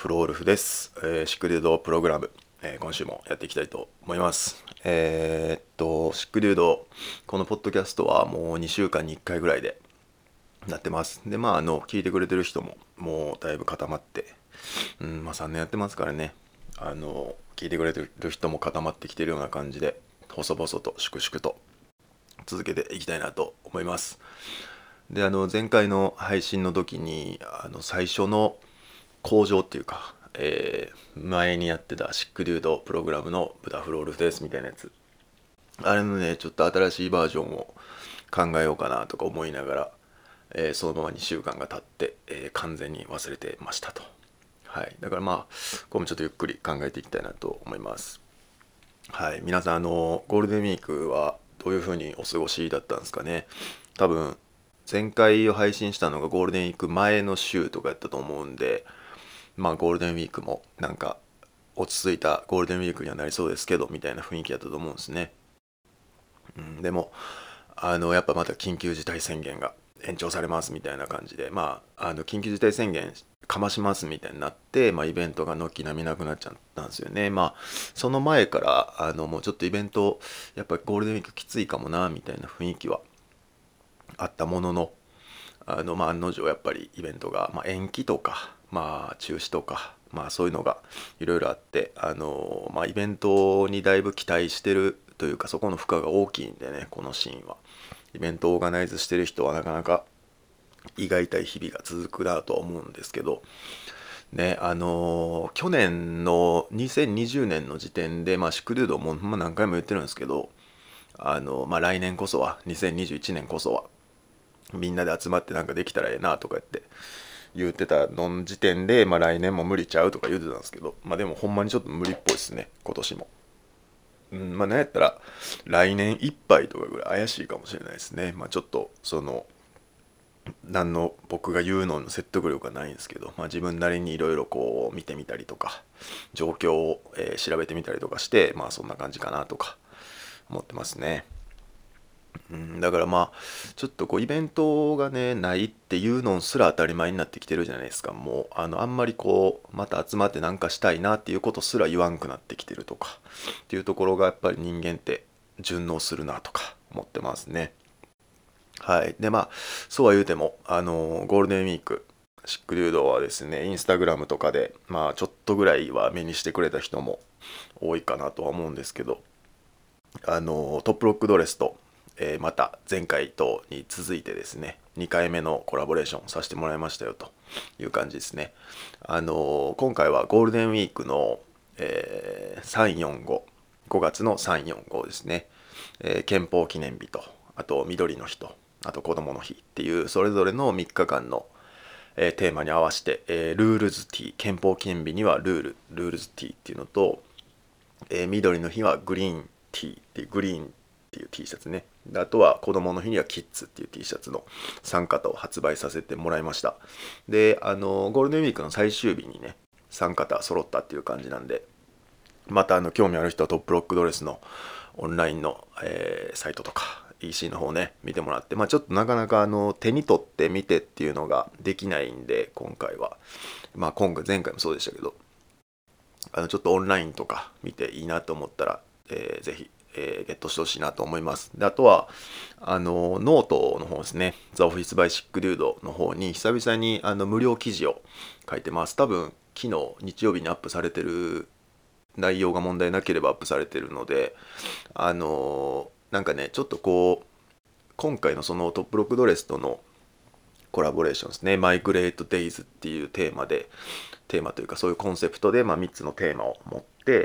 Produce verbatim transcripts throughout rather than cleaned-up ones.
フロールフです、えーシックデュードプログラム、えー今週もやっていきたいと思います。えーっとシックデュード、このポッドキャストはもうにしゅうかんにいっかいぐらいでなってます。でまああの聞いてくれてる人ももうだいぶ固まって、うんまあ、さんねんやってますからね、あの聞いてくれてる人も固まってきてるような感じで、細々と粛々と続けていきたいなと思います。であの前回の配信の時にあの最初の向上っていうか、えー前にやってたシックデュードプログラムのブタフロールフですみたいなやつ、あれのねちょっと新しいバージョンを考えようかなとか思いながら、えーそのままにしゅうかんが経って、えー完全に忘れてましたと。はい、だからまあこれもちょっとゆっくり考えていきたいなと思います。はい、皆さんあのゴールデンウィークはどういうふうにお過ごしだったんですかね。多分前回を配信したのがゴールデンウィーク前の週とかやったと思うんで、まあゴールデンウィークもなんか落ち着いたゴールデンウィークにはなりそうですけどみたいな雰囲気だったと思うんですね。うん、でもあのやっぱまた緊急事態宣言が延長されますみたいな感じで、まああの緊急事態宣言かましますみたいになって、まあ、イベントが軒並みなくなっちゃったんですよね。まあその前からあのもうちょっとイベントやっぱりゴールデンウィークきついかもなみたいな雰囲気はあったものの、あのまあ案の定やっぱりイベントが、まあ、延期とか、まあ、中止とか、まあ、そういうのがいろいろあって、あのまあ、イベントにだいぶ期待してるというか、そこの負荷が大きいんでね、このシーンはイベントをオーガナイズしてる人はなかなか胃が痛い日々が続くなとは思うんですけどね。あの去年のにせんにじゅうねんの時点で、まあ、シクルードも、まあ、何回も言ってるんですけど、あの、まあ、来年こそはにせんにじゅういちねんこそはみんなで集まってなんかできたらええなとか言って言ってたの時点で、まあ、来年も無理ちゃうとか言ってたんですけど、まあでもほんまにちょっと無理っぽいですね、今年も。うん、まあなんやったら来年いっぱいとかぐらい怪しいかもしれないですね。まあちょっとその何の僕が言うのの説得力がないんですけど、まあ、自分なりにいろいろこう見てみたりとか状況を、えー調べてみたりとかして、まあそんな感じかなとか思ってますね。うん、だからまあちょっとこうイベントがねないっていうのすら当たり前になってきてるじゃないですか。もうあのあんまりこうまた集まってなんかしたいなっていうことすら言わんくなってきてるとかっていうところがやっぱり人間って順応するなとか思ってますね。はい。でまあそうは言うてもあのゴールデンウィークシックデュードはですねインスタグラムとかでまあちょっとぐらいは目にしてくれた人も多いかなとは思うんですけど、あのトップロックドレスと、えーまた前回とに続いてですねにかいめのコラボレーションさせてもらいましたよという感じですね。あの今回はゴールデンウィークの、えー、さん、よん、ご、ごがつのさん、よん、ごですね、えー憲法記念日と、あと緑の日と、あと子供の日っていうそれぞれのみっかかんの、えーテーマに合わせて、えールールズティー、憲法記念日にはルールルールズティーっていうのと、えー緑の日はグリーンティーっていうグリーンっていう T シャツね。であとは子供の日にはキッズっていう T シャツのさん型を発売させてもらいました。で、あのゴールデンウィークの最終日にねさん型揃ったっていう感じなんで、またあの興味ある人はトップロックドレスのオンラインの、えーサイトとか イーシー の方ね見てもらって、まあちょっとなかなかあの手に取って見てっていうのができないんで、今回はまあ今回前回もそうでしたけど、あのちょっとオンラインとか見ていいなと思ったら、えーぜひ、えーゲットしてほしいなと思います。であとはあのノートの方ですね、ザ・オフィス・バイ・シック・デュードの方に久々にあの無料記事を書いてます。多分昨日日曜日にアップされてる内容が問題なければアップされてるので、あのなんかねちょっとこう今回のそのトップロックドレスとのコラボレーションですね、マイグレート・デイズっていうテーマで、テーマというかそういうコンセプトで、まあ、みっつのテーマを持って、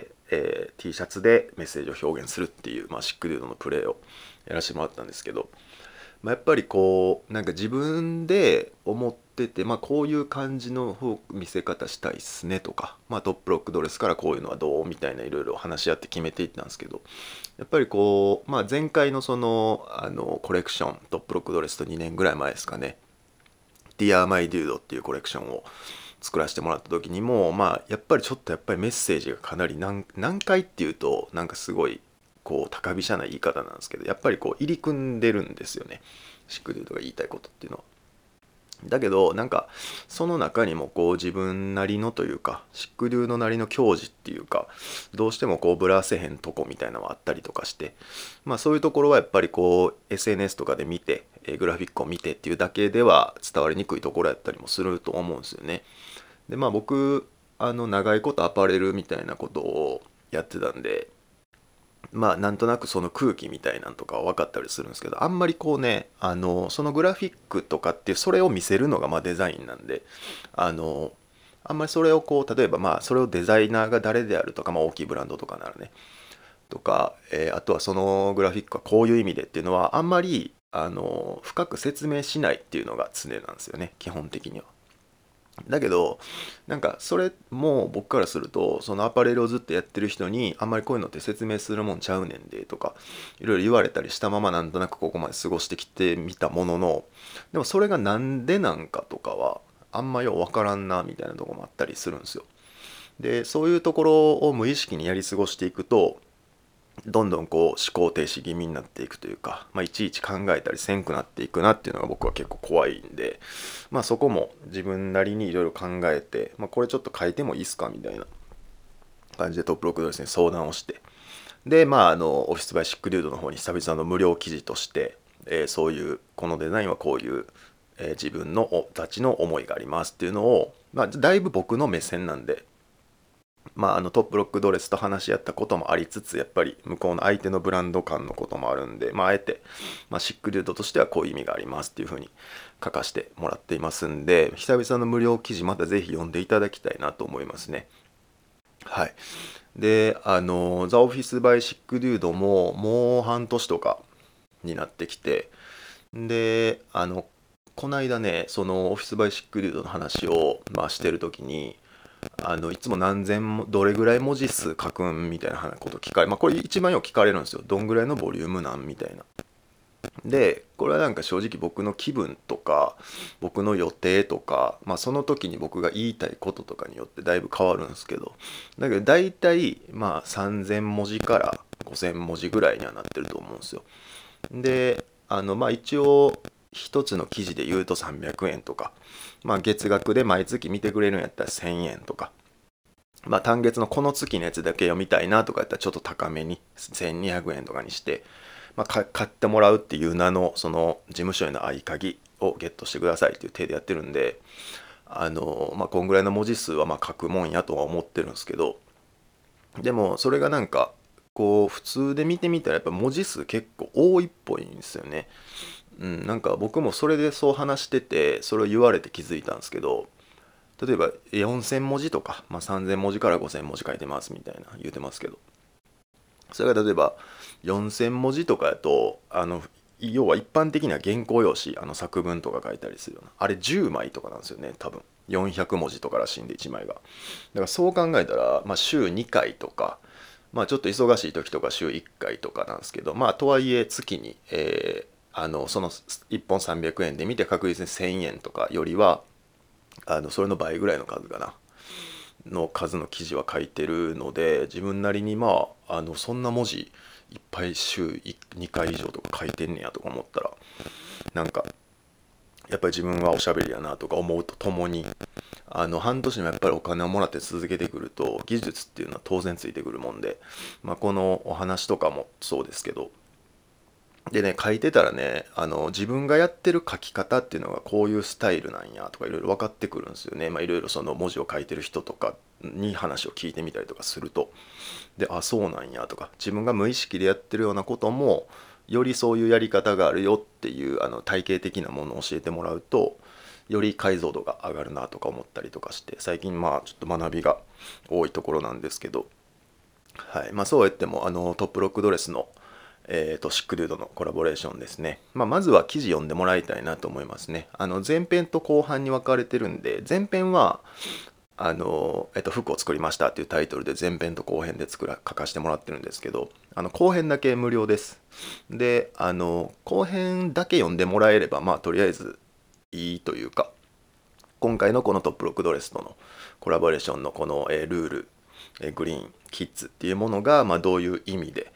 えー T シャツでメッセージを表現するっていう、まあ、シックデュードのプレーをやらせてもらったんですけど、まあ、やっぱりこうなんか自分で思ってて、まあ、こういう感じの見せ方したいっすねとか、まあ、トップロックドレスからこういうのはどうみたいないろいろ話し合って決めていったんですけど、やっぱりこう、まあ、前回のそのあのコレクショントップロックドレスとにねんぐらい前ですかね、 Dear My Dude っていうコレクションを作らせてもらった時にも、まあやっぱりちょっとやっぱりメッセージがかなり難難解っていうとなんかすごいこう高飛車な言い方なんですけど、やっぱりこう入り組んでるんですよね、シックデュードが言いたいことっていうのは。 だけどなんかその中にもこう自分なりのというかシックデュードなりの矜持っていうかどうしてもこうブラせへんとこみたいなのはあったりとかして、まあそういうところはやっぱりこう エスエヌエス とかで見てグラフィックを見てっていうだけでは伝わりにくいところやったりもすると思うんですよね。でまあ僕あの長いことアパレルみたいなことをやってたんで、まあなんとなくその空気みたいなんとかは分かったりするんですけど、あんまりこうねあのそのグラフィックとかっていうそれを見せるのがまあデザインなんで、あのあんまりそれをこう例えばまあそれをデザイナーが誰であるとか、まあ、大きいブランドとかならねとか、えーあとはそのグラフィックはこういう意味でっていうのはあんまりあの深く説明しないっていうのが常なんですよね、基本的には。だけどなんかそれも僕からするとそのアパレルをずっとやってる人にあんまりこういうのって説明するもんちゃうねんでとかいろいろ言われたりしたままなんとなくここまで過ごしてきてみたものの、でもそれがなんでなんかとかはあんまようわからんなみたいなとこもあったりするんですよ。でそういうところを無意識にやり過ごしていくとどんどんこう思考停止気味になっていくというか、まあ、いちいち考えたりせんくなっていくなっていうのが僕は結構怖いんで、まあ、そこも自分なりにいろいろ考えて、まあ、これちょっと書いてもいいっすかみたいな感じでトップロックドですね相談をして、でまああのオフィスバイシックデュードの方に久々の無料記事として、えーそういうこのデザインはこういう、えー自分のたちの思いがありますっていうのを、まあ、だいぶ僕の目線なんで、まあ、あのトップロックドレスと話し合ったこともありつつやっぱり向こうの相手のブランド感のこともあるんで、まあ、あえて、まあ、シックデュードとしてはこういう意味がありますっていうふうに書かせてもらっていますんで、久々の無料記事またぜひ読んでいただきたいなと思いますね。はい。であのザ・オフィス・バイ・シックデュードももう半年とかになってきて、であのこの間ねそのオフィス・バイ・シックデュードの話を、まあ、してる時にあのいつも何千もどれぐらい文字数書くんみたいなこと聞かれ、まあこれ一番よく聞かれるんですよ。どんぐらいのボリュームなんみたいな。でこれはなんか正直僕の気分とか僕の予定とか、まあ、その時に僕が言いたいこととかによってだいぶ変わるんですけど、だけど大体まあさんぜん文字からごせん文字ぐらいにはなってると思うんですよ。であのまあ一応一つの記事で言うとさんびゃくえんとか、まあ、月額で毎月見てくれるんやったらせんえんとか、まあ、単月のこの月のやつだけ読みたいなとかやったらちょっと高めにせんにひゃくえんとかにして、まあ、か買ってもらうっていう名のその事務所への合鍵をゲットしてくださいっていう手でやってるんで、あの、まあ、こんぐらいの文字数はまあ書くもんやとは思ってるんですけど、でもそれがなんかこう普通で見てみたらやっぱ文字数結構多いっぽいんですよね。うん、なんか僕もそれでそう話しててそれを言われて気づいたんですけど、例えばよんせん文字とか、まあ、さんぜん文字からごせん文字書いてますみたいな言うてますけど、それが例えばよんせん文字とかやとあの要は一般的な原稿用紙あの作文とか書いたりするようなあれじゅうまいとかなんですよね多分。よんひゃく文字とからしいんでいちまいが。だからそう考えたら、まあ、週にかいとか、まあちょっと忙しい時とか週いっかいとかなんですけど、まあとはいえ月に、えーあのそのいっぽんさんびゃくえんで見て確実にせんえんとかよりはあのそれの倍ぐらいの数かなの数の記事は書いてるので、自分なりにまああのそんな文字いっぱい週にかい以上とか書いてんねやとか思ったら、なんかやっぱり自分はおしゃべりやなとか思うとともに、あの半年もやっぱりお金をもらって続けてくると技術っていうのは当然ついてくるもんで、まあ、このお話とかもそうですけど、でね書いてたらねあの自分がやってる書き方っていうのがこういうスタイルなんやとかいろいろ分かってくるんですよね。まあいろいろその文字を書いてる人とかに話を聞いてみたりとかすると、であそうなんやとか自分が無意識でやってるようなこともよりそういうやり方があるよっていうあの体系的なものを教えてもらうとより解像度が上がるなとか思ったりとかして、最近まあちょっと学びが多いところなんですけど、はいまあ、そうは言ってもあのトップロックドレスのえーと、シックデュードのコラボレーションですね。まあ、まずは記事読んでもらいたいなと思いますね。あの前編と後半に分かれてるんで、前編はあの、えっと、服を作りましたっていうタイトルで前編と後編で作ら書かせてもらってるんですけど、あの後編だけ無料です。で、あの後編だけ読んでもらえれば、まあとりあえずいいというか、今回のこのトップロックドレスとのコラボレーションのこの、えールール、えーグリーン、キッズっていうものが、まあ、どういう意味で、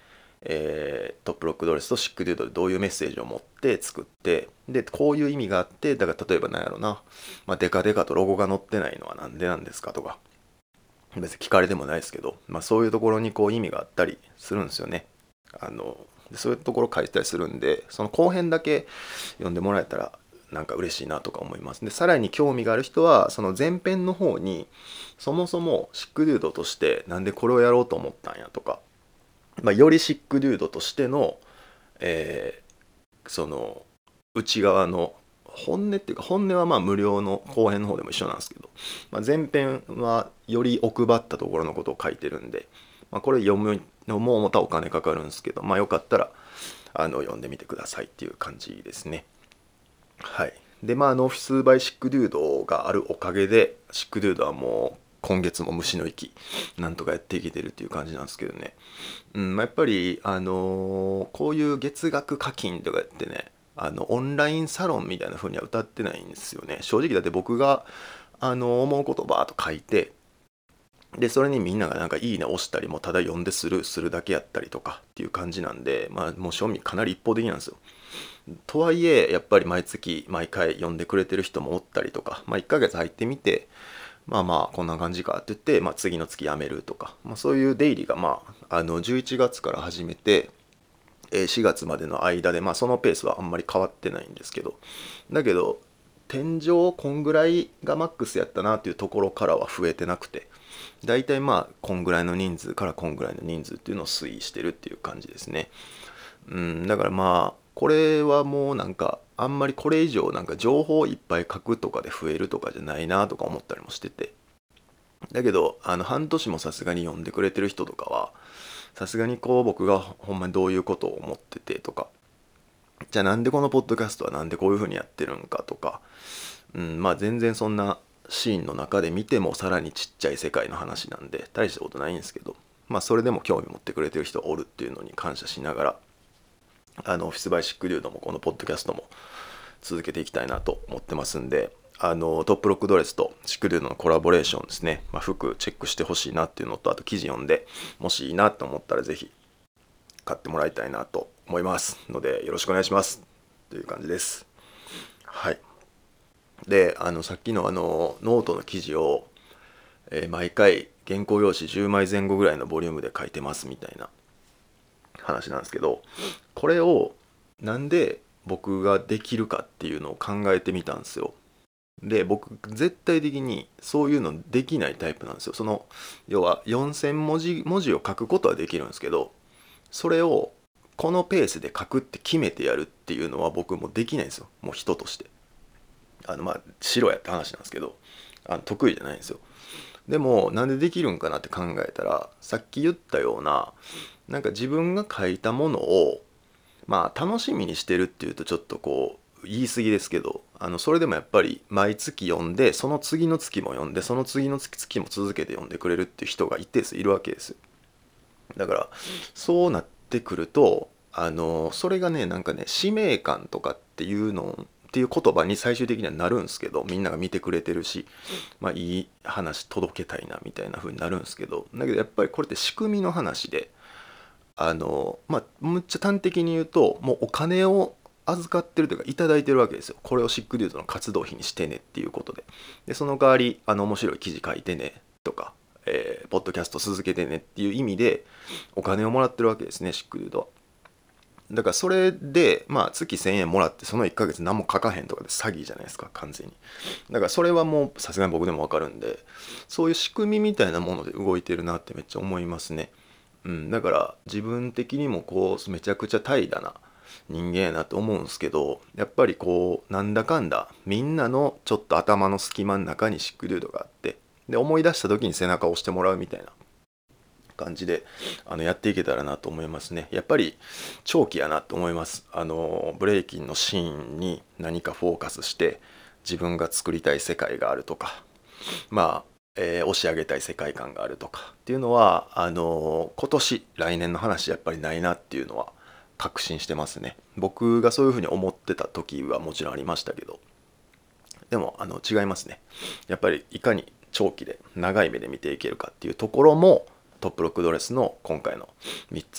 えートップロックドレスとシックデュードでどういうメッセージを持って作って、でこういう意味があって、だから例えば何やろな、まあ、デカデカとロゴが載ってないのはなんでなんですかとか、別に聞かれてもないですけど、まあ、そういうところにこう意味があったりするんですよね。あのでそういうところ書いてたりするんで、その後編だけ読んでもらえたらなんか嬉しいなとか思います。でさらに興味がある人はその前編の方に、そもそもシックデュードとしてなんでこれをやろうと思ったんやとか、まあ、よりシックデュードとしての、えーその内側の本音っていうか、本音はまあ無料の後編の方でも一緒なんですけど、まあ、前編はより奥ばったところのことを書いてるんで、まあ、これ読むのもまたお金かかるんですけど、まあよかったらあの読んでみてくださいっていう感じですね。はい。でまああのオフィスバイシックデュードがあるおかげで、シックデュードはもう今月も虫の息なんとかやっていけてるっていう感じなんですけどね。うんまあ、やっぱりあのーこういう月額課金とかやってね、あのオンラインサロンみたいな風には歌ってないんですよね。正直だって僕があの思うことをバーっと書いて、でそれにみんながなんかいいね押したり、もただ読んでスルーするだけやったりとかっていう感じなんで、まあもう賞味かなり一方的なんですよ。とはいえやっぱり毎月毎回読んでくれてる人もおったりとか、まあいっかげつ入ってみて、まあまあこんな感じかって言って、まあ、次の月辞めるとか、まあ、そういう出入りがまああのじゅういちがつから始めてえーしがつまでの間で、まあそのペースはあんまり変わってないんですけど、だけど天井こんぐらいがマックスやったなっていうところからは増えてなくて、だいたいまあこんぐらいの人数からこんぐらいの人数っていうのを推移してるっていう感じですね。うん、だからまあこれはもうなんかあんまりこれ以上なんか情報をいっぱい書くとかで増えるとかじゃないなとか思ったりもしてて、だけどあの半年もさすがに読んでくれてる人とかは、さすがにこう僕がほんまにどういうことを思っててとか、じゃあなんでこのポッドキャストはなんでこういう風にやってるんかとか、うん、まあ全然そんなシーンの中で見てもさらにちっちゃい世界の話なんで大したことないんですけど、まあそれでも興味持ってくれてる人がおるっていうのに感謝しながら、あのオフィスバイシックリュードもこのポッドキャストも続けていきたいなと思ってますんで、あのトップロックドレスとシックリュードのコラボレーションですね、まあ、服チェックしてほしいなっていうのと、あと記事読んでもしいいなと思ったらぜひ買ってもらいたいなと思いますので、よろしくお願いしますという感じです。はい。であのさっきのあのノートの記事を、えー毎回原稿用紙じゅうまいぜん後ぐらいのボリュームで書いてますみたいな話なんですけど、これをなんで僕ができるかっていうのを考えてみたんですよ。で僕絶対的にそういうのできないタイプなんですよ。その要はよんせん文字文字を書くことはできるんですけど、それをこのペースで書くって決めてやるっていうのは僕もできないんですよ。もう人として、あのまあ白やって話なんですけど、あの得意じゃないんですよ。でもなんでできるんかなって考えたら、さっき言ったような、なんか自分が書いたものをまあ楽しみにしてるっていうとちょっとこう言い過ぎですけど、あのそれでもやっぱり毎月読んで、その次の月も読んで、その次の月も続けて読んでくれるっていう人が一定数いるわけです。だからそうなってくると、あのそれがねなんかね使命感とかっていうのっていう言葉に最終的にはなるんですけど、みんなが見てくれてるし、まあいい話届けたいなみたいな風になるんですけど、だけどやっぱりこれって仕組みの話で、あのまあむっちゃ端的に言うと、もうお金を預かってるというかいただいてるわけですよ。これをシックデュードの活動費にしてねっていうことで。でその代わりあの面白い記事書いてねとか、えーポッドキャスト続けてねっていう意味でお金をもらってるわけですね、シックデュードは。だからそれでまあ月せんえんもらってそのいっかげつ何も書かへんとかで詐欺じゃないですか、完全に。だからそれはもうさすがに僕でもわかるんで、そういう仕組みみたいなもので動いてるなってめっちゃ思いますね。うん、だから自分的にもこうめちゃくちゃ怠惰な人間やなと思うんですけど、やっぱりこうなんだかんだみんなのちょっと頭の隙間の中にシックデュードがあって、で思い出した時に背中を押してもらうみたいな感じであのやっていけたらなと思いますね。やっぱり長期やなと思います。あのブレイキンのシーンに何かフォーカスして自分が作りたい世界があるとか、まあ、えー押し上げたい世界観があるとかっていうのはあの今年来年の話やっぱりないなっていうのは確信してますね。僕がそういうふうに思ってた時はもちろんありましたけど、でもあの違いますね。やっぱりいかに長期で長い目で見ていけるかっていうところもトップロックドレスの今回のみっつの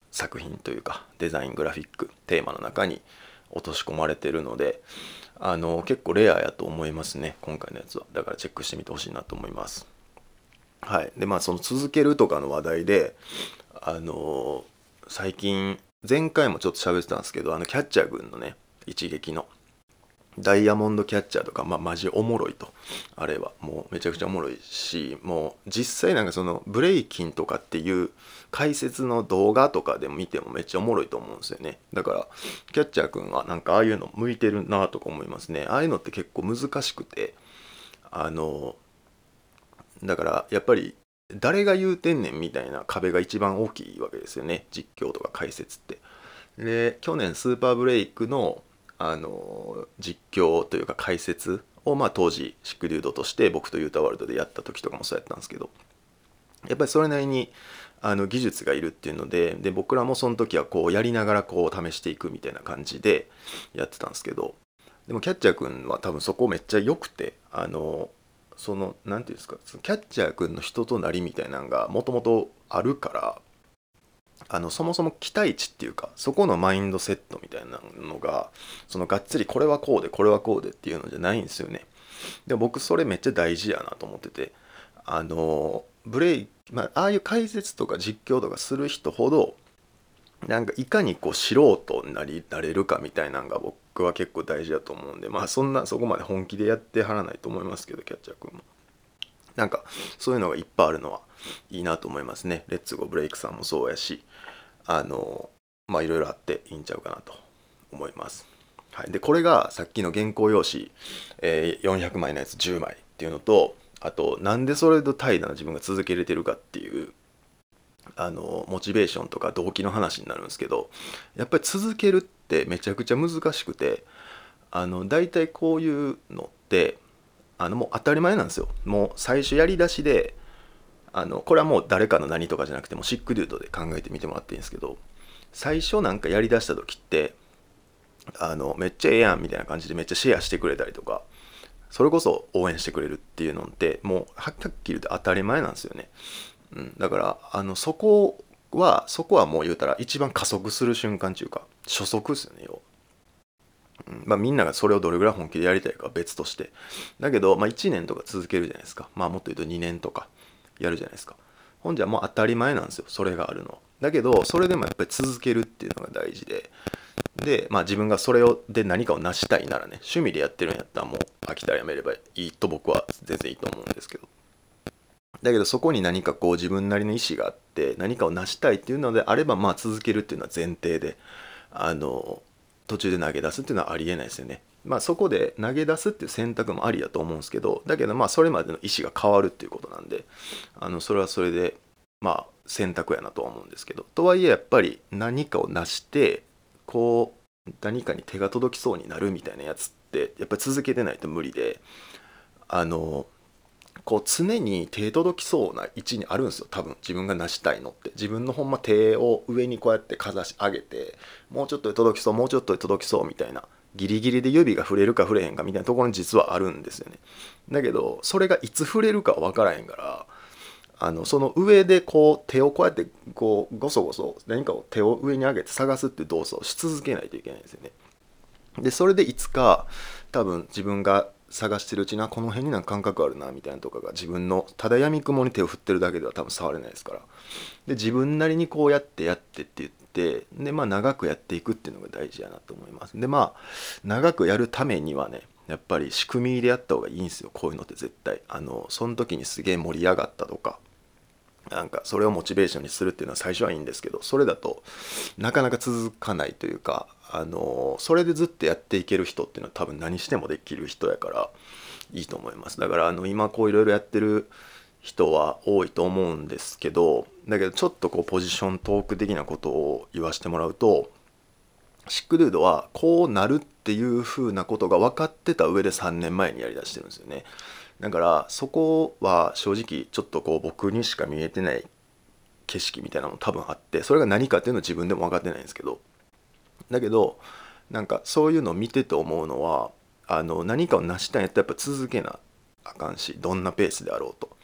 作品というかデザイングラフィックテーマの中に落とし込まれてるので、あの結構レアやと思いますね、今回のやつは。だからチェックしてみてほしいなと思います。はい。でまあその続けるとかの話題で、あの最近前回もちょっと喋ってたんですけど、あのキャッチャー軍のね一撃のダイヤモンドキャッチャーとか、まあ、マジおもろいと。あれはもうめちゃくちゃおもろいし、もう実際なんかそのブレイキンとかっていう解説の動画とかでも見てもめっちゃおもろいと思うんですよね。だからキャッチャーくんはなんかああいうの向いてるなとか思いますね。ああいうのって結構難しくて、あのだからやっぱり誰が言うてんねんみたいな壁が一番大きいわけですよね、実況とか解説って。で去年スーパーブレイクのあの実況というか解説を、まあ、当時シックデュードとして僕とユータワールドでやった時とかもそうやったんですけど、やっぱりそれなりにあの技術がいるっていうので、で僕らもその時はこうやりながらこう試していくみたいな感じでやってたんですけど、でもキャッチャー君は多分そこめっちゃ良くて、あのそのなんていうんですか、そのキャッチャー君の人となりみたいなのがもともとあるから、あのそもそも期待値っていうかそこのマインドセットみたいなのがそのがっつりこれはこうでこれはこうでっていうのじゃないんですよね。で僕それめっちゃ大事やなと思ってて、あのブレイまあああいう解説とか実況とかする人ほどなんかいかにこう素人になりなれるかみたいなのが僕は結構大事だと思うんで、まあそんなそこまで本気でやってはらないと思いますけど、キャッチャー君もなんかそういうのがいっぱいあるのはいいなと思いますね。レッツゴーブレイクさんもそうやし、あのまあいろいろあっていいんちゃうかなと思います。はい、でこれがさっきの原稿用紙、えーよんひゃくまいのやつじゅうまいっていうのと、あとなんでそれと怠惰な自分が続けれてるかっていうあのモチベーションとか動機の話になるんですけど、やっぱり続けるってめちゃくちゃ難しくて、あの大体こういうのってあのもう当たり前なんですよ。もう最初やりだしで、あのこれはもう誰かの何とかじゃなくてもシックデュードで考えてみてもらっていいんですけど、最初なんかやりだした時ってあのめっちゃええやんみたいな感じでめっちゃシェアしてくれたりとか、それこそ応援してくれるっていうのってもうはっきり言って当たり前なんですよね。うん、だからあのそこはそこはもう言うたら一番加速する瞬間っていうか初速ですよね。要うんまあ、みんながそれをどれぐらい本気でやりたいかは別として、だけど、まあ、いちねんとか続けるじゃないですか。まあもっと言うとにねんとかやるじゃないですか。ほんじゃもう当たり前なんですよ、それがあるの。だけどそれでもやっぱり続けるっていうのが大事で、で、まあ、自分がそれをで何かを成したいならね、趣味でやってるんやったらもう飽きたらやめればいいと僕は全然いいと思うんですけど、だけどそこに何かこう自分なりの意思があって何かを成したいっていうのであれば、まあ続けるっていうのは前提で、あの途中で投げ出すっていうのはありえないですよね。まあそこで投げ出すっていう選択もありだと思うんですけど、だけどまあそれまでの意思が変わるっていうことなんで、あのそれはそれでまあ選択やなとは思うんですけど、とはいえやっぱり何かを成してこう何かに手が届きそうになるみたいなやつってやっぱり続けてないと無理で、あのこう常に手届きそうな位置にあるんですよ、多分自分が成したいのって。自分のほんま手を上にこうやってかざし上げて、もうちょっとで届きそうもうちょっとで届きそうみたいな、ギリギリで指が触れるか触れへんかみたいなところに実はあるんですよね。だけどそれがいつ触れるか分からへんから、あのその上でこう手をこうやってこうゴソゴソ何かを手を上に上げて探すっていう動作をし続けないといけないんですよね。でそれでいつか多分自分が探してるうちなこの辺になんか感覚あるなみたいなとかが自分のただ闇雲に手を振ってるだけでは多分触れないですから、で自分なりにこうやってやってって言ってでまあ長くやっていくっていうのが大事やなと思います。でまあ長くやるためにはね、やっぱり仕組みでやった方がいいんですよ、こういうのって絶対。あのその時にすげえ盛り上がったとかなんかそれをモチベーションにするっていうのは最初はいいんですけど、それだとなかなか続かないというか、あのそれでずっとやっていける人っていうのは多分何してもできる人やからいいと思います。だからあの今こういろいろやってる人は多いと思うんですけど、だけどちょっとこうポジショントーク的なことを言わせてもらうと、シックドゥードはこうなるっていう風なことが分かってた上でさんねんまえにやりだしてるんですよね。だからそこは正直ちょっとこう僕にしか見えてない景色みたいなのも多分あって、それが何かっていうのは自分でも分かってないんですけど、だけどなんかそういうのを見てて思うのは、あの何かを成したいんやったらやっぱ続けなあかんし、どんなペースであろうと。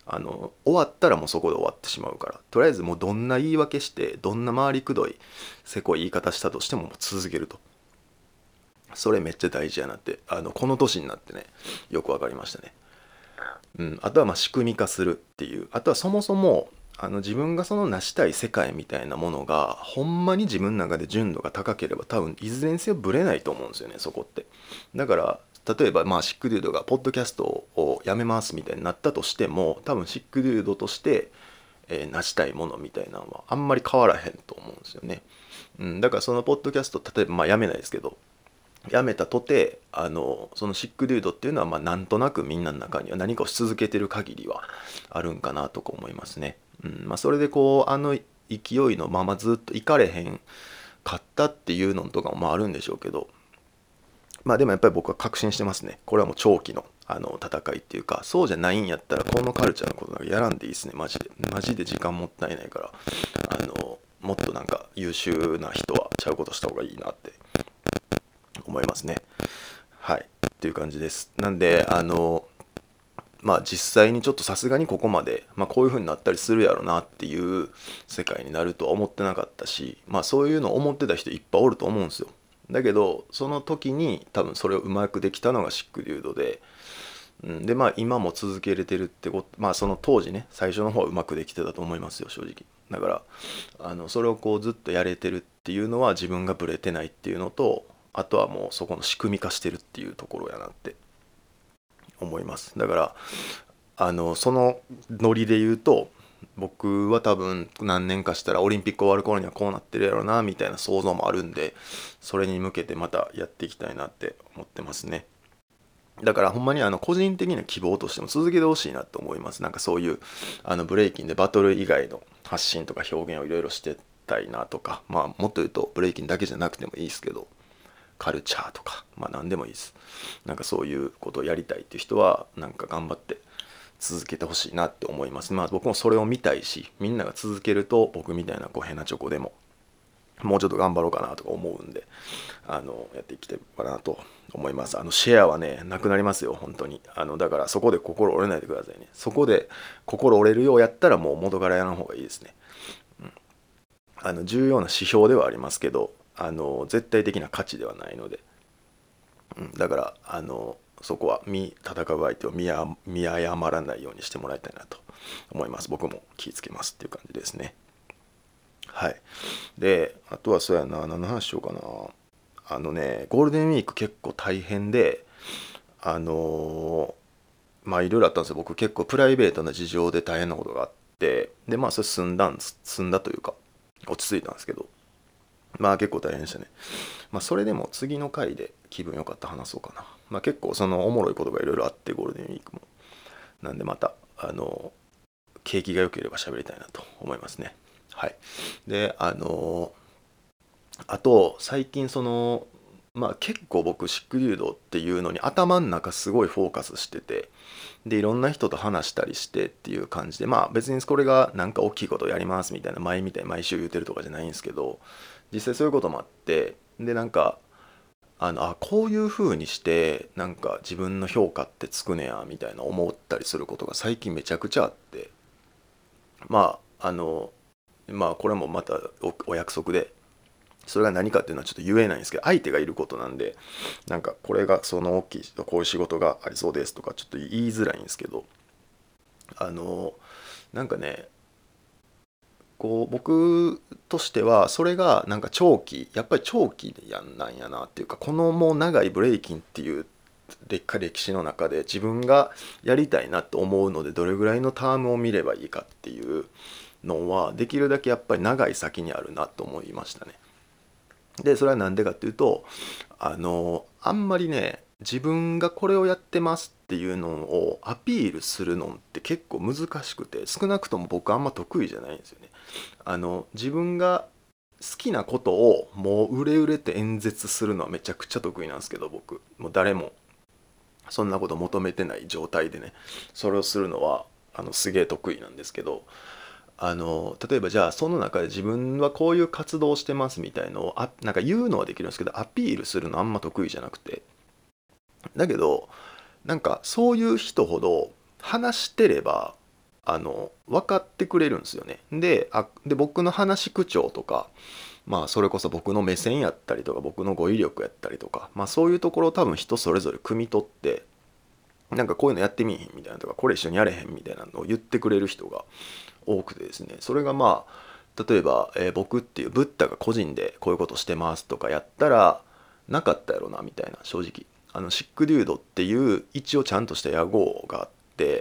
あの終わったらもうそこで終わってしまうから、とりあえずもうどんな言い訳してどんな回りくどいせこい言い方したとしてももう続けると。それめっちゃ大事やなってあのこの年になってねよく分かりましたね。うん、あとはまあ仕組み化するっていう、あとはそもそもあの自分がその成したい世界みたいなものがほんまに自分の中で純度が高ければ多分いずれにせよブレないと思うんですよね、そこって。だから例えばまあシックデュードがポッドキャストをやめますみたいになったとしても、多分シックデュードとして、えー成したいものみたいなのはあんまり変わらへんと思うんですよね。うん、だからそのポッドキャスト例えばまあやめないですけど、やめたとてあのそのシックデュードっていうのはまあなんとなくみんなの中には何かをし続けてる限りはあるんかなとか思いますね。うんまあ、それでこうあの勢いのままずっと行かれへんかったっていうのとかもまああるんでしょうけど、まあでもやっぱり僕は確信してますね。これはもう長期のあの戦いっていうか、そうじゃないんやったらこのカルチャーのことなんかやらんでいいですね、マジで。マジで時間もったいないから、あのもっとなんか優秀な人はちゃうことした方がいいなって思いますね。はい。っていう感じです。なんで、あの、まあ実際にちょっとさすがにここまで、まあこういう風になったりするやろなっていう世界になるとは思ってなかったし、まあそういうのを思ってた人いっぱいおると思うんですよ。だけど、その時に多分それをうまくできたのがシックデュードで、うん、でまあ今も続けれてるってこと、まあその当時ね、最初の方はうまくできてたと思いますよ、正直。だからあのそれをこうずっとやれてるっていうのは自分がブレてないっていうのと、あとはもうそこの仕組み化してるっていうところやなって思います。だからあのそのノリで言うと、僕は多分何年かしたらオリンピック終わる頃にはこうなってるやろうなみたいな想像もあるんで、それに向けてまたやっていきたいなって思ってますね。だからほんまにあの個人的な希望としても続けてほしいなと思います。なんかそういうあのブレイキンでバトル以外の発信とか表現をいろいろしてたいなとか、まあもっと言うとブレイキンだけじゃなくてもいいですけど、カルチャーとかまあ何でもいいです。なんかそういうことをやりたいっていう人はなんか頑張って続けてほしいなって思います。まあ僕もそれを見たいし、みんなが続けると僕みたいなこう変なチョコでももうちょっと頑張ろうかなとか思うんで、あのやっていきたいかなと思います。あのシェアはねなくなりますよ本当に。あのだからそこで心折れないでくださいね。そこで心折れるようやったらもう元からやらん方がいいですね。うん、あの重要な指標ではありますけど、あの絶対的な価値ではないので、うん、だからあのそこは見戦う相手を見や見誤らないようにしてもらいたいなと思います。僕も気をつけますっていう感じですね。はい。で、あとはそうやな、何の話しようかな。あのね、ゴールデンウィーク結構大変で、あのーまあいろいろあったんですよ。僕結構プライベートな事情で大変なことがあって、で、まあそれ済んだんです、済んだというか、落ち着いたんですけど、まあ結構大変でしたね。まあそれでも次の回で気分良かった話そうかな。まあ結構そのおもろいことがいろいろあって、ゴールデンウィークも。なんでまた、あの景気が良ければ喋りたいなと思いますね。はい。で、あのあと最近そのまあ結構僕シックリュードっていうのに頭の中すごいフォーカスしてて、でいろんな人と話したりしてっていう感じで、まあ別にこれがなんか大きいことをやりますみたいな前みたいに毎週言うてるとかじゃないんですけど、実際そういうこともあって、でなんかあのあこういう風にしてなんか自分の評価ってつくねやみたいな思ったりすることが最近めちゃくちゃあって、まああのまあこれもまたおお約束で、それが何かっていうのはちょっと言えないんですけど、相手がいることなんで、なんかこれがその大きいこういう仕事がありそうですとかちょっと言いづらいんですけど、あのなんかね、こう僕としてはそれがなんか長期やっぱり長期やんなんやなっていうか、このもう長いブレイキンっていう歴歴史の中で自分がやりたいなと思うのでどれぐらいのタームを見ればいいかっていうのはできるだけやっぱり長い先にあるなと思いましたね。でそれは何でかっていうと、あのあんまりね自分がこれをやってますっていうのをアピールするのって結構難しくて、少なくとも僕あんま得意じゃないんですよね。あの自分が好きなことをもう売れ売れって演説するのはめちゃくちゃ得意なんですけど、僕もう誰もそんなこと求めてない状態でねそれをするのはあのすげえ得意なんですけど、あの例えばじゃあその中で自分はこういう活動をしてますみたいのをあなんか言うのはできるんですけど、アピールするのあんま得意じゃなくて、だけどなんかそういう人ほど話してればあの分かってくれるんですよね。で、あで僕の話し口調とか、まあそれこそ僕の目線やったりとか僕の語彙力やったりとか、まあそういうところを多分人それぞれ汲み取って、なんかこういうのやってみいひんみたいなとか、これ一緒にやれへんみたいなのを言ってくれる人が多くてですね、それがまあ例えば、えー僕っていうブッダが個人でこういうことしてますとかやったらなかったやろなみたいな、正直あのシックデュードっていう一応ちゃんとした屋号があって、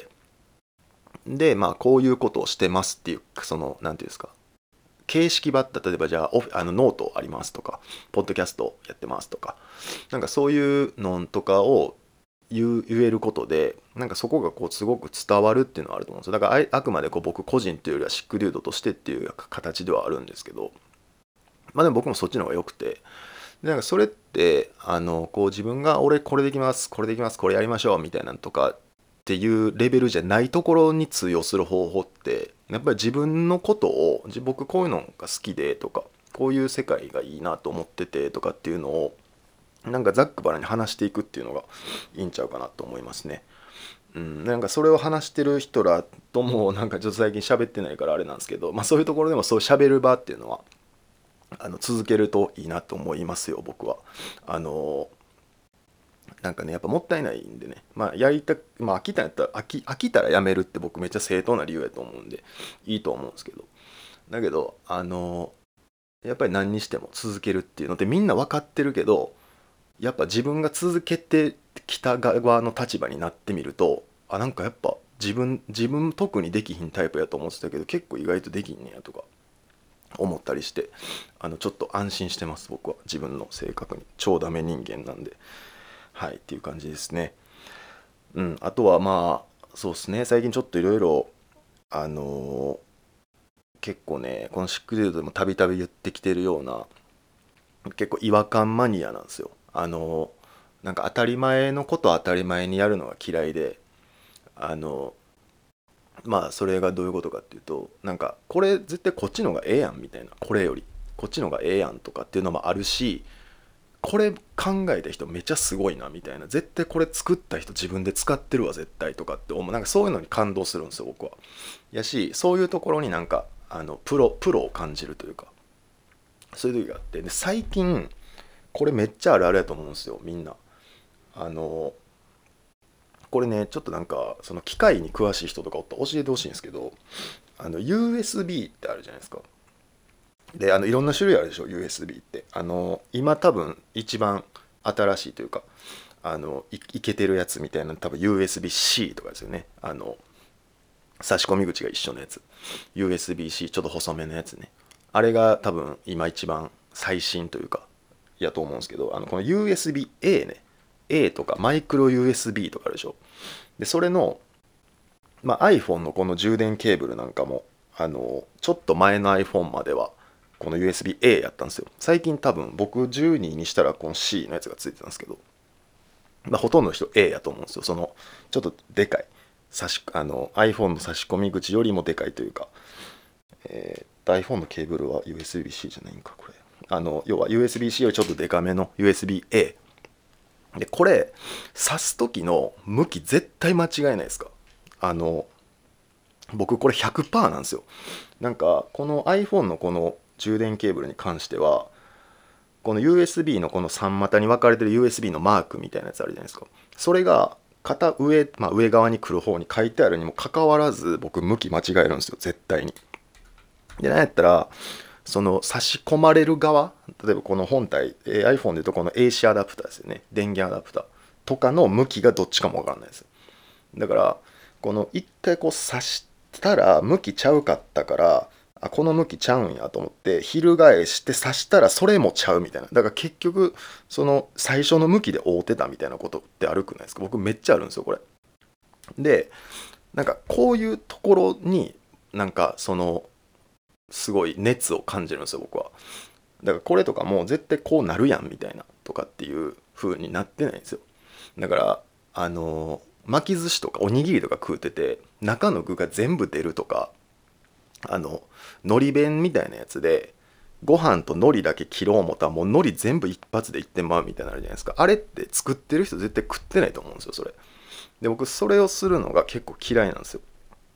でまあこういうことをしてますっていう、そのなんていうんですか、形式ばった、例えばじゃあオフあのノートありますとかポッドキャストやってますとか、なんかそういうのとかを言う言えることで、なんかそこがこうすごく伝わるっていうのはあると思うんですよ。だからああくまでこう僕個人というよりはシックデュードとしてっていう形ではあるんですけど、まあでも僕もそっちの方が良くて、でなんかそれってあのこう自分が俺これできますこれできますこれやりましょうみたいなのとかっていうレベルじゃないところに通用する方法って、やっぱり自分のことをじ僕こういうのが好きでとか、こういう世界がいいなと思っててとかっていうのをなんかざっくばらに話していくっていうのがいいんちゃうかなと思いますね。うん、なんかそれを話してる人らともなんかちょっと最近喋ってないからあれなんですけど、まあそういうところでもそう喋る場っていうのはあの続けるといいなと思いますよ、僕は。あのなんかね、やっぱもったいないんでね、まあやりたまあ飽きたんやったら飽き、飽きたらやめるって僕めっちゃ正当な理由やと思うんでいいと思うんですけど、だけどあのやっぱり何にしても続けるっていうのってみんな分かってるけど、やっぱ自分が続けてきた側の立場になってみると、あなんかやっぱ自分自分特にできひんタイプやと思ってたけど結構意外とできんねやとか思ったりして、あのちょっと安心してます、僕は。自分の性格に超ダメ人間なんで、はいっていう感じですね。うん、あとはまあそうですね、最近ちょっといろいろあのー結構ね、このシックデュードでもたびたび言ってきてるような結構違和感マニアなんですよ。あのなんか当たり前のことを当たり前にやるのが嫌いで、あのまあそれがどういうことかっていうと、なんかこれ絶対こっちの方がええやんみたいな、これよりこっちの方がええやんとかっていうのもあるし、これ考えた人めっちゃすごいなみたいな、絶対これ作った人自分で使ってるわ絶対とかって思う、なんかそういうのに感動するんですよ僕は。やし、そういうところになんかあのプロプロを感じるというか、そういう時があって、で最近これめっちゃあるあるやと思うんですよみんな。あのこれねちょっとなんかその機械に詳しい人とかおったら教えてほしいんですけど、あの ユーエスビー ってあるじゃないですか。であのいろんな種類あるでしょ ユーエスビー って。あの今多分一番新しいというか、あの い, いけてるやつみたいな多分 ユーエスビー-C とかですよね。あの差し込み口が一緒のやつ、 ユーエスビー-C ちょっと細めのやつね。あれが多分今一番最新というかやと思うんですけど、あのこの ユーエスビー-A ね、 A とかマイクロ ユーエスビー とかあるでしょ。でそれの、まあ、iPhone のこの充電ケーブルなんかもあのちょっと前の iPhone まではこの ユーエスビー-A やったんですよ。最近多分僕じゅうににしたらこの C のやつがついてたんですけど、まあ、ほとんどの人 A やと思うんですよ。そのちょっとでかい差しあの iPhone の差し込み口よりもでかいというか、えー、iPhone のケーブルは ユーエスビー-C じゃないんかこれ。あの要は ユーエスビー-C よりちょっとでかめの ユーエスビー-A で、これ挿す時の向き絶対間違いないですか？あの僕これ ひゃくパーセント なんですよ。なんかこの iPhone のこの充電ケーブルに関しては、この ユーエスビー のこのさん股に分かれてる ユーエスビー のマークみたいなやつあるじゃないですか。それが片上、まあ、上側に来る方に書いてあるにもかかわらず僕向き間違えるんですよ絶対に。でなんやったらその差し込まれる側、例えばこの本体、えー iPhone でいうとこの エーシー アダプターですよね、電源アダプターとかの向きがどっちかも分からないです。だからこの一回こう刺したら向きちゃうかったから、あこの向きちゃうんやと思って翻して刺したらそれもちゃうみたいな、だから結局その最初の向きで合うてたみたいなことってあるくないですか？僕めっちゃあるんですよこれ。でなんかこういうところになんかそのすごい熱を感じるんですよ僕は。だからこれとかも絶対こうなるやんみたいなとかっていう風になってないんですよ。だからあの巻き寿司とかおにぎりとか食うてて中の具が全部出るとか、あの海苔弁みたいなやつでご飯と海苔だけ切ろう思ったらもう海苔全部一発でいってまうみたいなのあるじゃないですか。あれって作ってる人絶対食ってないと思うんですよそれで。僕それをするのが結構嫌いなんですよ。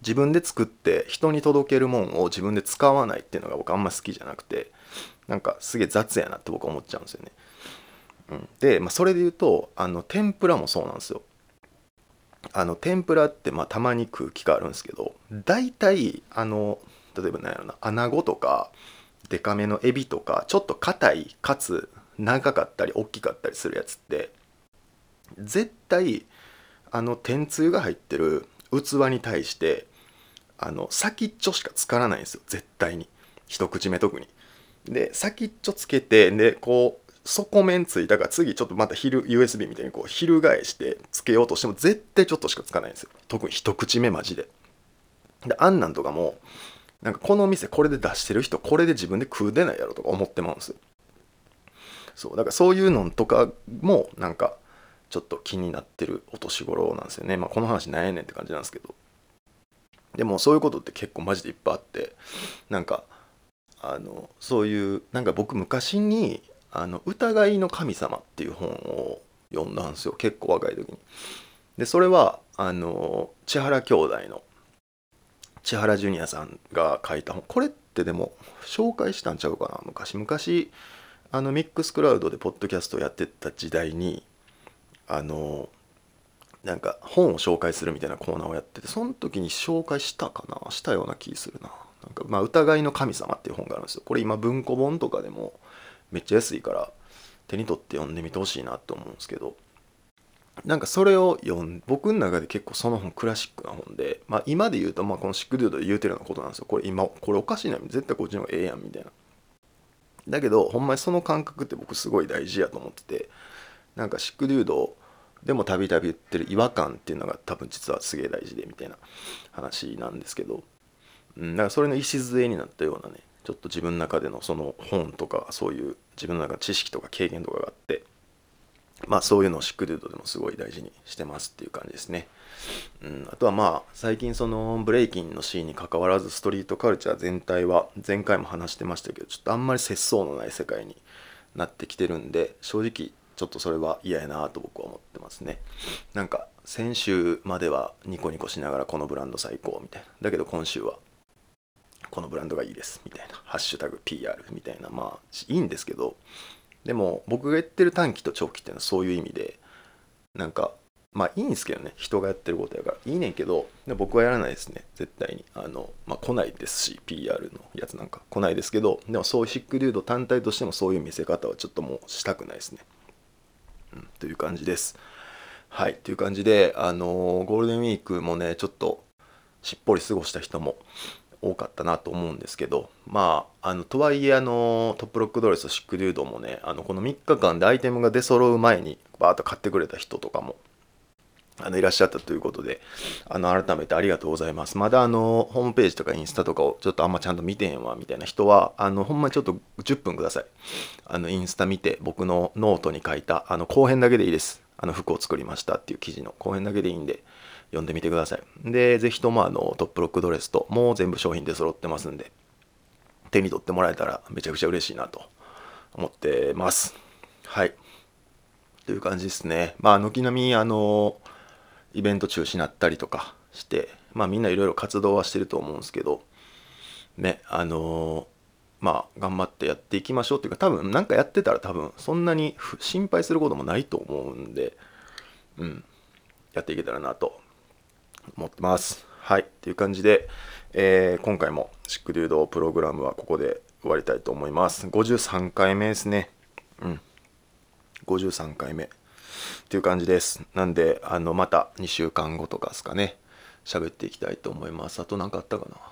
自分で作って人に届けるもんを自分で使わないっていうのが僕あんま好きじゃなくて、なんかすげえ雑やなって僕は思っちゃうんですよね。うん、で、まあ、それで言うとあの天ぷらもそうなんですよ。あの天ぷらってまあたまに食う機会あるんですけど、大体あの例えば何やろな、穴子とかデカめのエビとかちょっと硬いかつ長かったり大きかったりするやつって絶対あの天つゆが入ってる器に対してあの先っちょしか浸からないんですよ、絶対に。一口目特に。で先っちょつけて、でこう底面ついたから次ちょっとまたひる ユーエスビー みたいにこう翻してつけようとしても絶対ちょっとしかつかないんですよ、特に一口目マジで。であんなんとかもなんかこの店これで出してる人これで自分で食うでないやろとか思ってまうんですよ。そうだからそういうのとかもなんかちょっと気になってるお年頃なんですよね。まあこの話なんやねんって感じなんですけど、でもそういうことって結構マジでいっぱいあって、なんかあのそういうなんか僕昔にあの疑いの神様っていう本を読んだんですよ、結構若い時に。でそれはあの千原兄弟の千原ジュニアさんが書いた本。これってでも紹介したんちゃうかな、昔昔あのミックスクラウドでポッドキャストをやってた時代にあのなんか本を紹介するみたいなコーナーをやってて、その時に紹介したかな、したような気するな。なんかまあ疑いの神様っていう本があるんですよ。これ今文庫本とかでもめっちゃ安いから手に取って読んでみてほしいなと思うんですけど、なんかそれを読ん僕の中で結構その本クラシックな本で、まあ今で言うとまあこのシックデュードで言うてるようなことなんですよ。これ今これおかしいな、絶対こっちの方がええやんみたいな。だけどほんまにその感覚って僕すごい大事やと思ってて、なんかシックデュードでもたびたび言ってる違和感っていうのが多分実はすげえ大事でみたいな話なんですけど、うん、だからそれの礎になったようなね、ちょっと自分の中でのその本とかそういう自分の中の知識とか経験とかがあって、まあそういうのをシックデュードでもすごい大事にしてますっていう感じですね。うん、あとはまあ最近そのブレイキンのシーンに関わらずストリートカルチャー全体は前回も話してましたけど、ちょっとあんまり節操のない世界になってきてるんで、正直ちょっとそれは嫌やなと僕は思ってますね。なんか先週まではニコニコしながらこのブランド最高みたいな、だけど今週はこのブランドがいいですみたいな、ハッシュタグ ピーアール みたいな、まあいいんですけど、でも僕が言ってる短期と長期っていうのはそういう意味で、なんかまあいいんですけどね、人がやってることやからいいねんけど、で僕はやらないですね絶対に。あのまあ来ないですし、 ピーアール のやつなんか来ないですけど、でもそういうシックデュード単体としてもそういう見せ方はちょっともうしたくないですね。うん、という感じです。はい、という感じで、あのーゴールデンウィークもねちょっとしっぽり過ごした人も多かったなと思うんですけど、まああのとはいえあのトップロックドレスとシックデュードもね、あのこのみっかかんでアイテムが出揃う前にバーッと買ってくれた人とかもあのいらっしゃったということで、あの改めてありがとうございます。まだあのホームページとかインスタとかをちょっとあんまちゃんと見てへんわみたいな人は、あのほんまにちょっとじゅっぷんください。あのインスタ見て僕のノートに書いたあの後編だけでいいです。あの服を作りましたっていう記事の後編だけでいいんで読んでみてください。で、ぜひともあのトップロックドレスともう全部商品で揃ってますんで、手に取ってもらえたらめちゃくちゃ嬉しいなと思ってます。はい。という感じですね。まあ軒並みあのイベント中止になったりとかして、まあみんないろいろ活動はしてると思うんですけど、ね、あのーまあ頑張ってやっていきましょうっていうか、多分なんかやってたら多分そんなに心配することもないと思うんで、うん、やっていけたらなと思ってます。はい、っていう感じで、えー今回もシックデュードプログラムはここで終わりたいと思います。ごじゅうさんかいめですね。うん、ごじゅうさんかいめっていう感じです。なんで、あの、またにしゅうかんごとかですかね、喋っていきたいと思います。あと何かあったかな。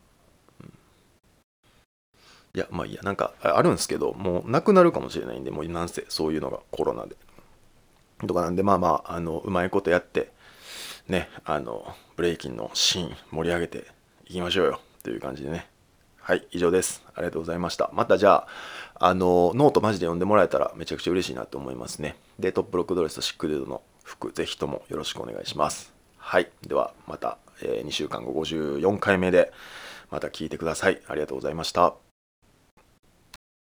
いや、まあいいや、なんかあるんですけど、もうなくなるかもしれないんで、もうなんせそういうのがコロナで。とかなんで、まあまあ、あの、うまいことやって、ね、あの、ブレイキンのシーン盛り上げていきましょうよ。という感じでね。はい、以上です。ありがとうございました。またじゃあ、あの、ノートマジで読んでもらえたらめちゃくちゃ嬉しいなと思いますね。で、トップロックドレスとシックデュードの服、ぜひともよろしくお願いします。はい、ではまた、えーにしゅうかんごごじゅうよんかいめでまた聞いてください。ありがとうございました。